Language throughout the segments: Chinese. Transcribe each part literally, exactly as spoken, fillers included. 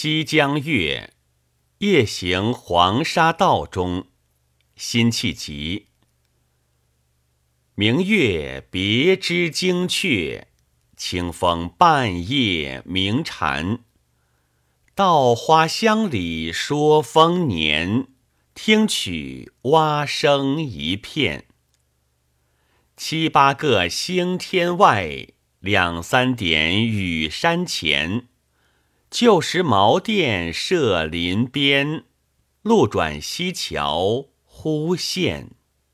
西江月，夜行黄沙道中，辛弃疾。明月别枝惊鹊，清风半夜鸣蝉。稻花香里说丰年，听取蛙声一片。七八个星天外，两三点雨山前。旧时茅店社林边，路转溪桥忽见。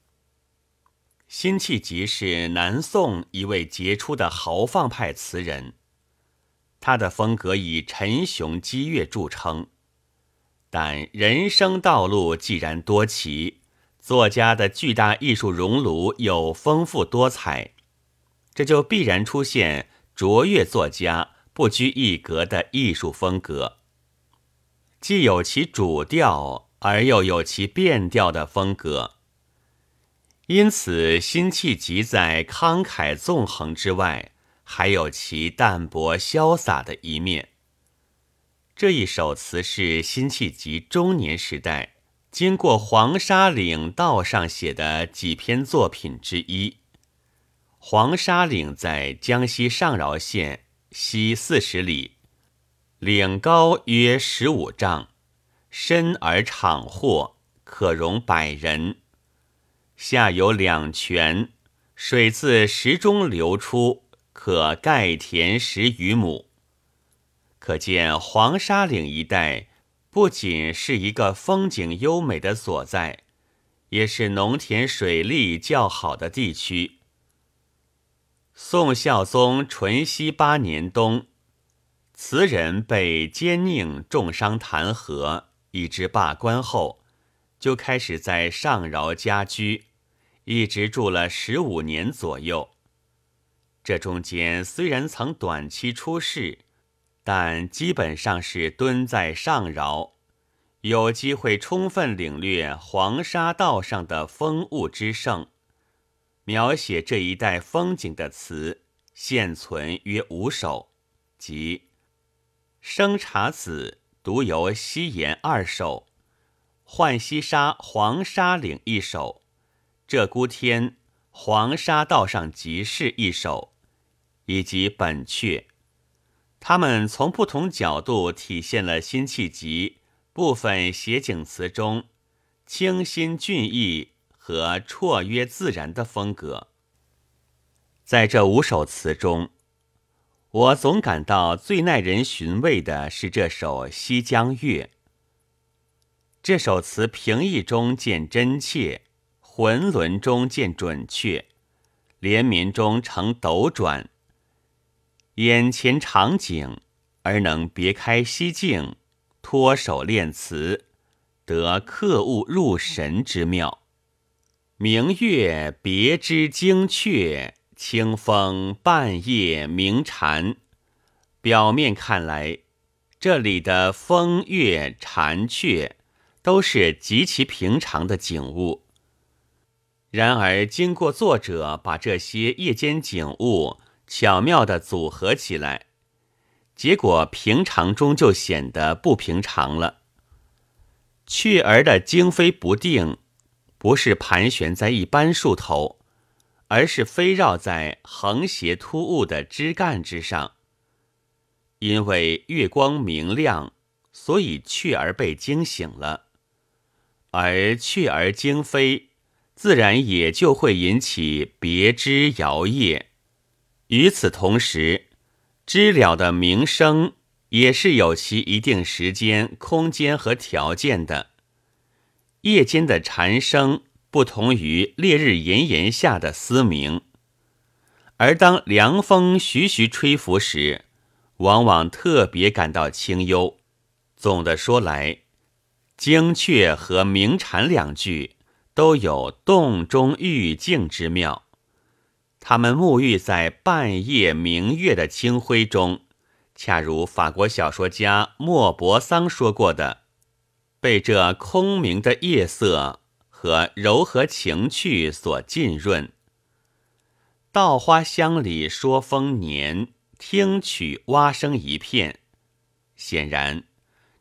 辛弃疾是南宋一位杰出的豪放派词人，他的风格以沉雄激越著称。但人生道路既然多奇，作家的巨大艺术熔炉又丰富多彩，这就必然出现卓越作家不拘一格的艺术风格，既有其主调而又有其变调的风格。因此辛弃疾在慷慨纵横之外，还有其淡泊潇洒的一面。这一首词是辛弃疾中年时代经过黄沙岭道上写的几篇作品之一。黄沙岭在江西上饶县西四十里，岭高约十五丈，深而敞阔，可容百人。下有两泉，水自石中流出，可盖田十余亩。可见黄沙岭一带不仅是一个风景优美的所在，也是农田水利较好的地区。宋孝宗淳熙八年冬，词人被奸佞重伤弹劾，以致罢官后，就开始在上饶家居，一直住了十五年左右。这中间虽然曾短期出仕，但基本上是蹲在上饶，有机会充分领略黄沙道上的风物之盛。描写这一带风景的词现存约五首，即生查子独游西岩二首，浣溪沙黄沙岭一首，鹧鸪天黄沙道上集市一首，以及本阙。他们从不同角度体现了辛弃疾部分写景词中清新俊逸和绰约自然的风格。在这五首词中，我总感到最耐人寻味的是这首《西江月》。这首词平易中见真切，浑沦中见准确，连绵中呈斗转。眼前场景，而能别开蹊径，脱手练词，得刻物入神之妙。明月别枝惊鹊，清风半夜鸣蝉。表面看来，这里的风月蝉雀都是极其平常的景物。然而经过作者把这些夜间景物巧妙地组合起来，结果平常中就显得不平常了。雀儿的惊飞不定，不是盘旋在一般树头，而是飞绕在横斜突兀的枝干之上。因为月光明亮，所以雀儿被惊醒了，而雀儿惊飞，自然也就会引起别枝摇曳。与此同时，知了的鸣声也是有其一定时间、空间和条件的。夜间的蝉声不同于烈日炎炎下的嘶鸣，而当凉风徐徐吹拂时，往往特别感到清幽。总的说来，惊鹊和鸣蝉两句都有动中寓静之妙。他们沐浴在半夜明月的清辉中，恰如法国小说家莫泊桑说过的，被这空明的夜色和柔和情趣所浸润。稻花香里说丰年，听取蛙声一片。显然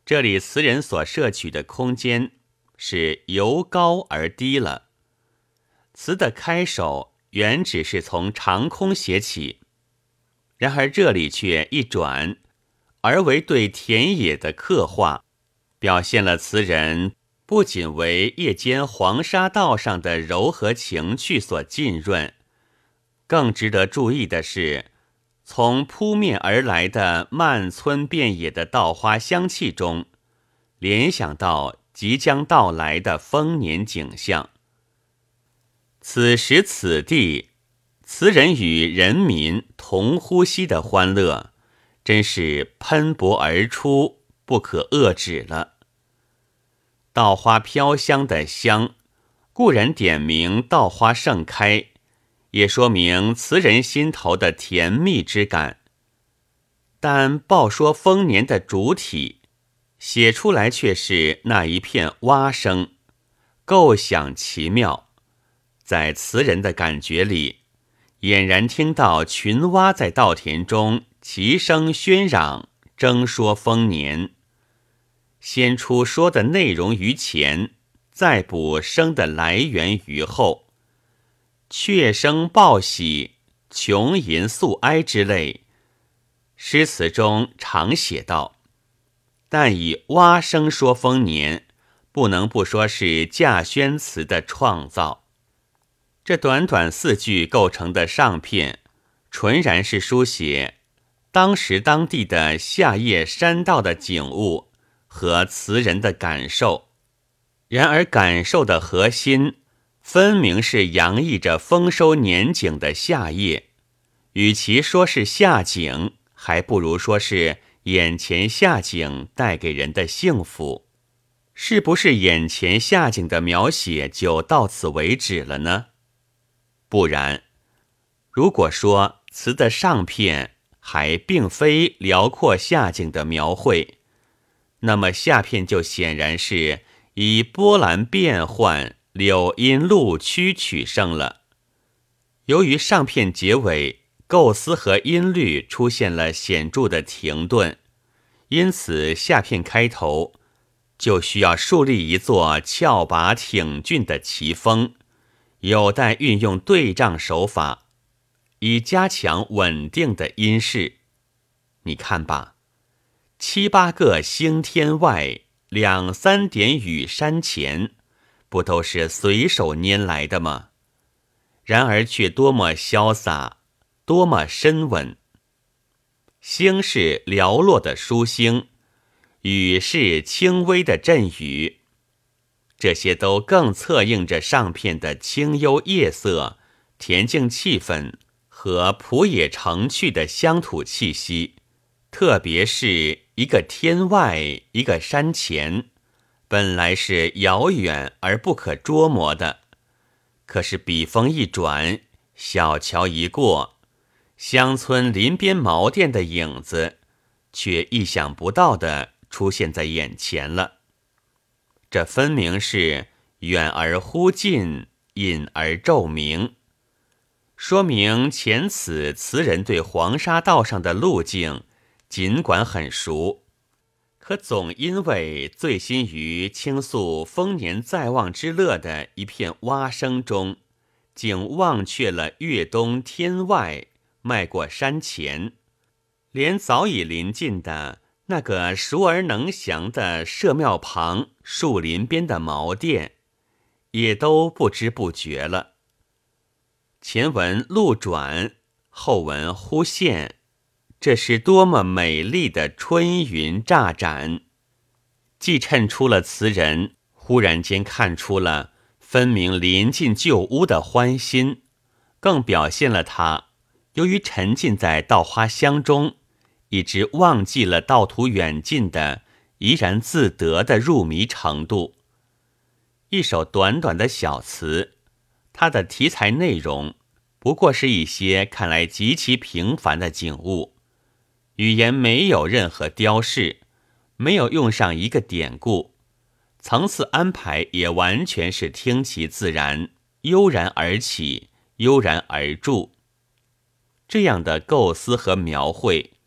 这里词人所摄取的空间是由高而低了。词的开首原只是从长空写起，然而这里却一转，而为对田野的刻画，表现了词人不仅为夜间黄沙道上的柔和情趣所浸润，更值得注意的是，从扑面而来的漫村遍野的稻花香气中，联想到即将到来的丰年景象。此时此地，词人与人民同呼吸的欢乐，真是喷薄而出，不可遏止了。稻花飘香的香，固然点明稻花盛开，也说明词人心头的甜蜜之感。但报说丰年的主体，写出来却是那一片蛙声，构想奇妙。在词人的感觉里，俨然听到群蛙在稻田中齐声喧嚷，争说丰年。先出说的内容于前，再补声的来源于后。雀声报喜，琼吟诉哀之类，诗词中常写道，但以蛙声说丰年，不能不说是稼轩词的创造。这短短四句构成的上片，纯然是书写当时当地的夏夜山道的景物和词人的感受。然而感受的核心，分明是洋溢着丰收年景的夏夜。与其说是夏景，还不如说是眼前夏景带给人的幸福。是不是眼前夏景的描写就到此为止了呢？不然，如果说词的上片还并非辽阔夏景的描绘，那么下片就显然是以波澜变幻、柳荫路曲取胜了。由于上片结尾构思和音律出现了显著的停顿，因此下片开头就需要树立一座峭拔挺峻的奇峰，有待运用对仗手法，以加强稳定的音势。你看吧，七八个星天外，两三点雨山前，不都是随手拈来的吗？然而却多么潇洒，多么深稳。星是寥落的疏星，雨是轻微的阵雨，这些都更侧映着上片的清幽夜色、恬静气氛和朴野成趣的乡土气息。特别是一个天外，一个山前，本来是遥远而不可捉摸的，可是笔锋一转，小桥一过，乡村林边茅店的影子却意想不到地出现在眼前了。这分明是远而忽近，隐而骤明，说明前此词人对黄沙道上的路径尽管很熟，可总因为醉心于倾诉丰年在望之乐的一片蛙声中，竟忘却了越东天外，迈过山前，连早已临近的那个熟而能详的社庙旁树林边的茅店，也都不知不觉了。前文路转，后文忽现，这是多么美丽的春云乍展，既衬出了词人忽然间看出了分明临近旧屋的欢心，更表现了他由于沉浸在稻花香中，以致忘记了道途远近的怡然自得的入迷程度。一首短短的小词，它的题材内容不过是一些看来极其平凡的景物，语言没有任何雕饰，没有用上一个典故，层次安排也完全是听其自然，悠然而起，悠然而著。这样的构思和描绘，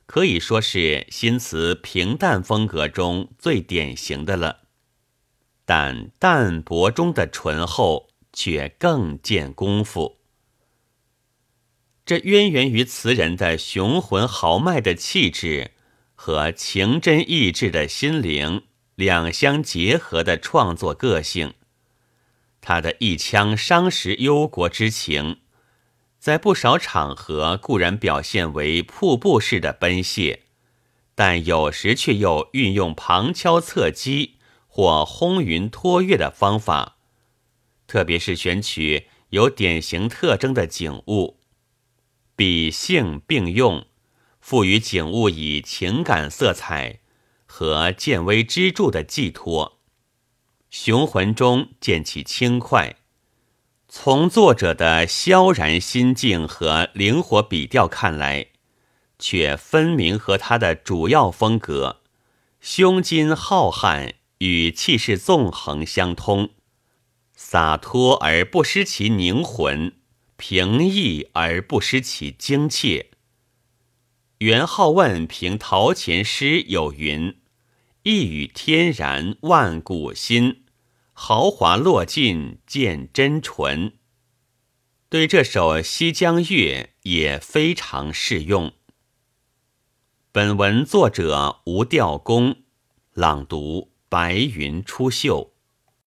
可以说是新词平淡风格中最典型的了。但淡泊中的醇厚却更见功夫。这渊源于词人的雄浑豪迈的气质和情真意志的心灵两相结合的创作个性。他的一腔伤时忧国之情，在不少场合固然表现为瀑布式的奔泻，但有时却又运用旁敲侧击或轰云托月的方法，特别是选取有典型特征的景物，笔性并用，赋予景物以情感色彩和见微知著的寄托，雄浑中见其轻快。从作者的萧然心境和灵活笔调看来，却分明和他的主要风格胸襟浩瀚与气势纵横相通，洒脱而不失其凝魂，平易而不失其精切。元好问评陶潜诗有云：一语天然万古新，豪华落尽见真纯。对这首《西江月》也非常适用。本文作者吴调公，朗读白云出岫。